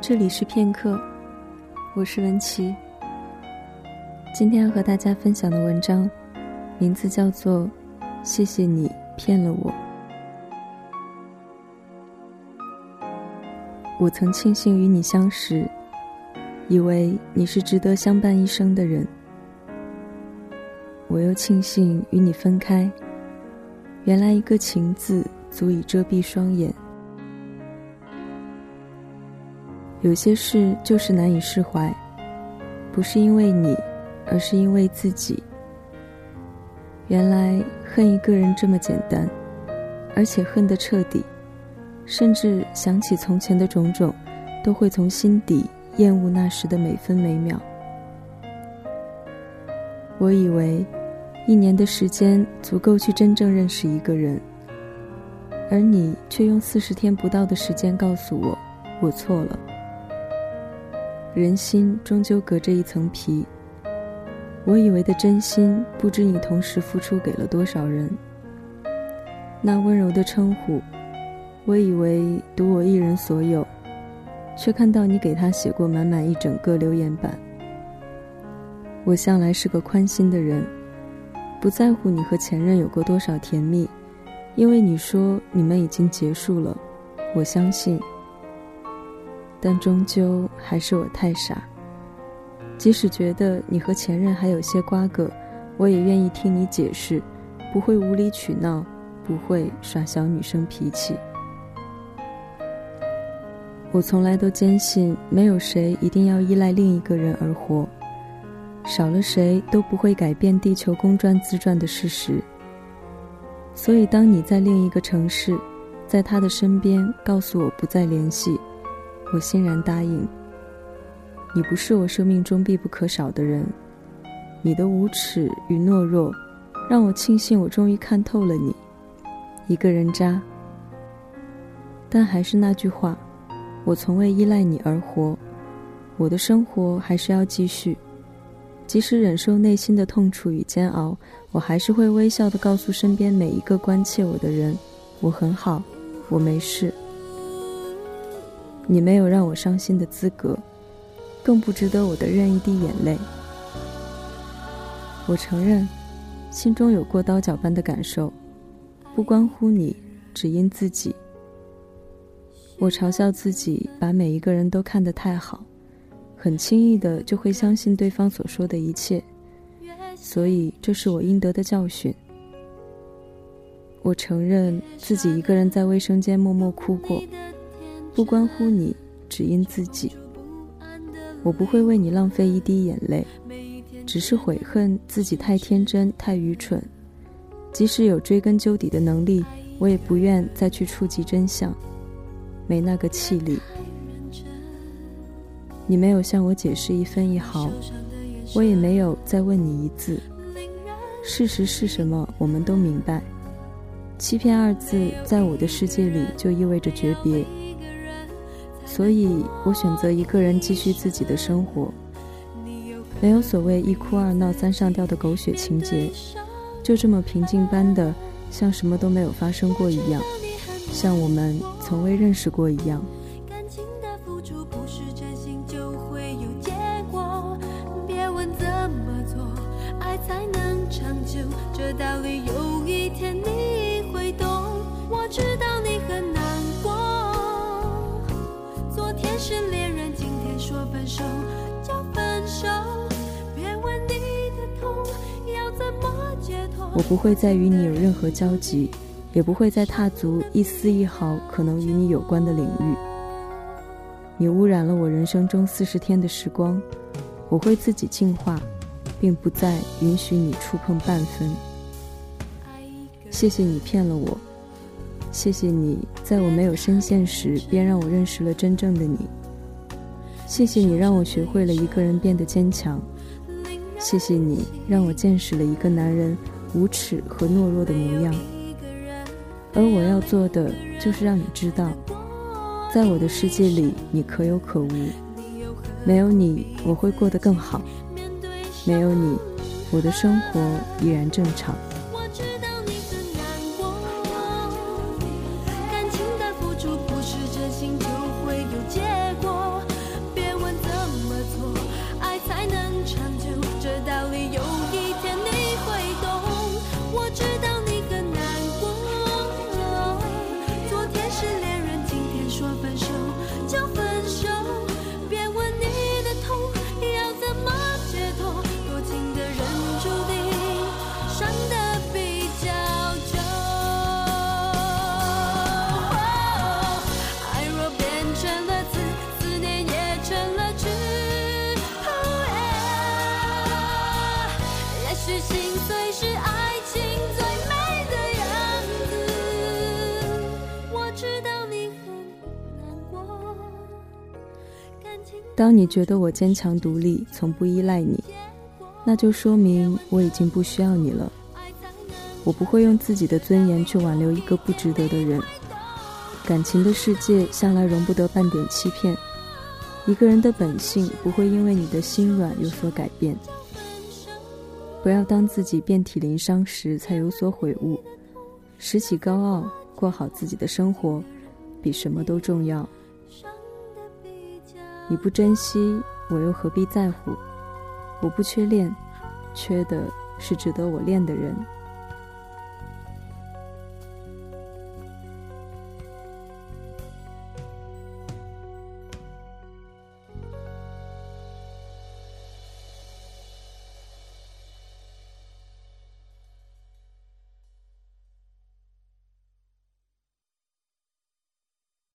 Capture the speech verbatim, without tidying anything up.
这里是片刻，我是文琪。今天要和大家分享的文章名字叫做《谢谢你骗了我》。我曾庆幸与你相识，以为你是值得相伴一生的人。我又庆幸与你分开，原来一个情字足以遮蔽双眼。有些事就是难以释怀，不是因为你，而是因为自己。原来恨一个人这么简单，而且恨得彻底，甚至想起从前的种种，都会从心底厌恶那时的每分每秒。我以为一年的时间足够去真正认识一个人，而你却用四十天不到的时间告诉我，我错了。人心终究隔着一层皮，我以为的真心，不知你同时付出给了多少人。那温柔的称呼，我以为独我一人所有，却看到你给他写过满满一整个留言板。我向来是个宽心的人，不在乎你和前任有过多少甜蜜，因为你说你们已经结束了，我相信。但终究还是我太傻，即使觉得你和前任还有些瓜葛，我也愿意听你解释，不会无理取闹，不会耍小女生脾气。我从来都坚信，没有谁一定要依赖另一个人而活，少了谁都不会改变地球公转自转的事实。所以当你在另一个城市，在他的身边告诉我不再联系，我欣然答应。你不是我生命中必不可少的人，你的无耻与懦弱让我庆幸我终于看透了你，一个人渣。但还是那句话，我从未依赖你而活，我的生活还是要继续。即使忍受内心的痛楚与煎熬，我还是会微笑地告诉身边每一个关切我的人，我很好，我没事。你没有让我伤心的资格，更不值得我的任一滴眼泪。我承认，心中有过刀绞般的感受，不关乎你，只因自己。我嘲笑自己把每一个人都看得太好，很轻易的就会相信对方所说的一切，所以这是我应得的教训。我承认自己一个人在卫生间默默哭过，不关乎你，只因自己。我不会为你浪费一滴眼泪，只是悔恨自己太天真太愚蠢，即使有追根究底的能力，我也不愿再去触及真相，没那个气力。你没有向我解释一分一毫，我也没有再问你一字。事实是什么我们都明白，欺骗二字在我的世界里就意味着诀别，所以我选择一个人继续自己的生活。没有所谓一哭二闹三上吊的狗血情节，就这么平静般的像什么都没有发生过一样，像我们从未认识过一样。 感情的付出不是真心就会有结果，别问怎么做爱才能长久，这道理有一天你会懂。我知道你很难过，昨天是恋人，今天说分手就分手，别问你的痛要怎么解脱。 我不会再与你有任何交集，也不会再踏足一丝一毫可能与你有关的领域。你污染了我人生中四十天的时光，我会自己净化，并不再允许你触碰半分。谢谢你骗了我，谢谢你在我没有深陷时便让我认识了真正的你，谢谢你让我学会了一个人变得坚强，谢谢你让我见识了一个男人无耻和懦弱的模样。而我要做的就是让你知道，在我的世界里你可有可无，没有你我会过得更好，没有你我的生活依然正常。 我知道你很难过，感情的付出不是真心就会有结果， 当你觉得我坚强独立，从不依赖你，那就说明我已经不需要你了。我不会用自己的尊严去挽留一个不值得的人。感情的世界向来容不得半点欺骗，一个人的本性不会因为你的心软有所改变。不要当自己遍体鳞伤时才有所悔悟，拾起高傲，过好自己的生活，比什么都重要。你不珍惜，我又何必在乎？我不缺恋，缺的是值得我恋的人。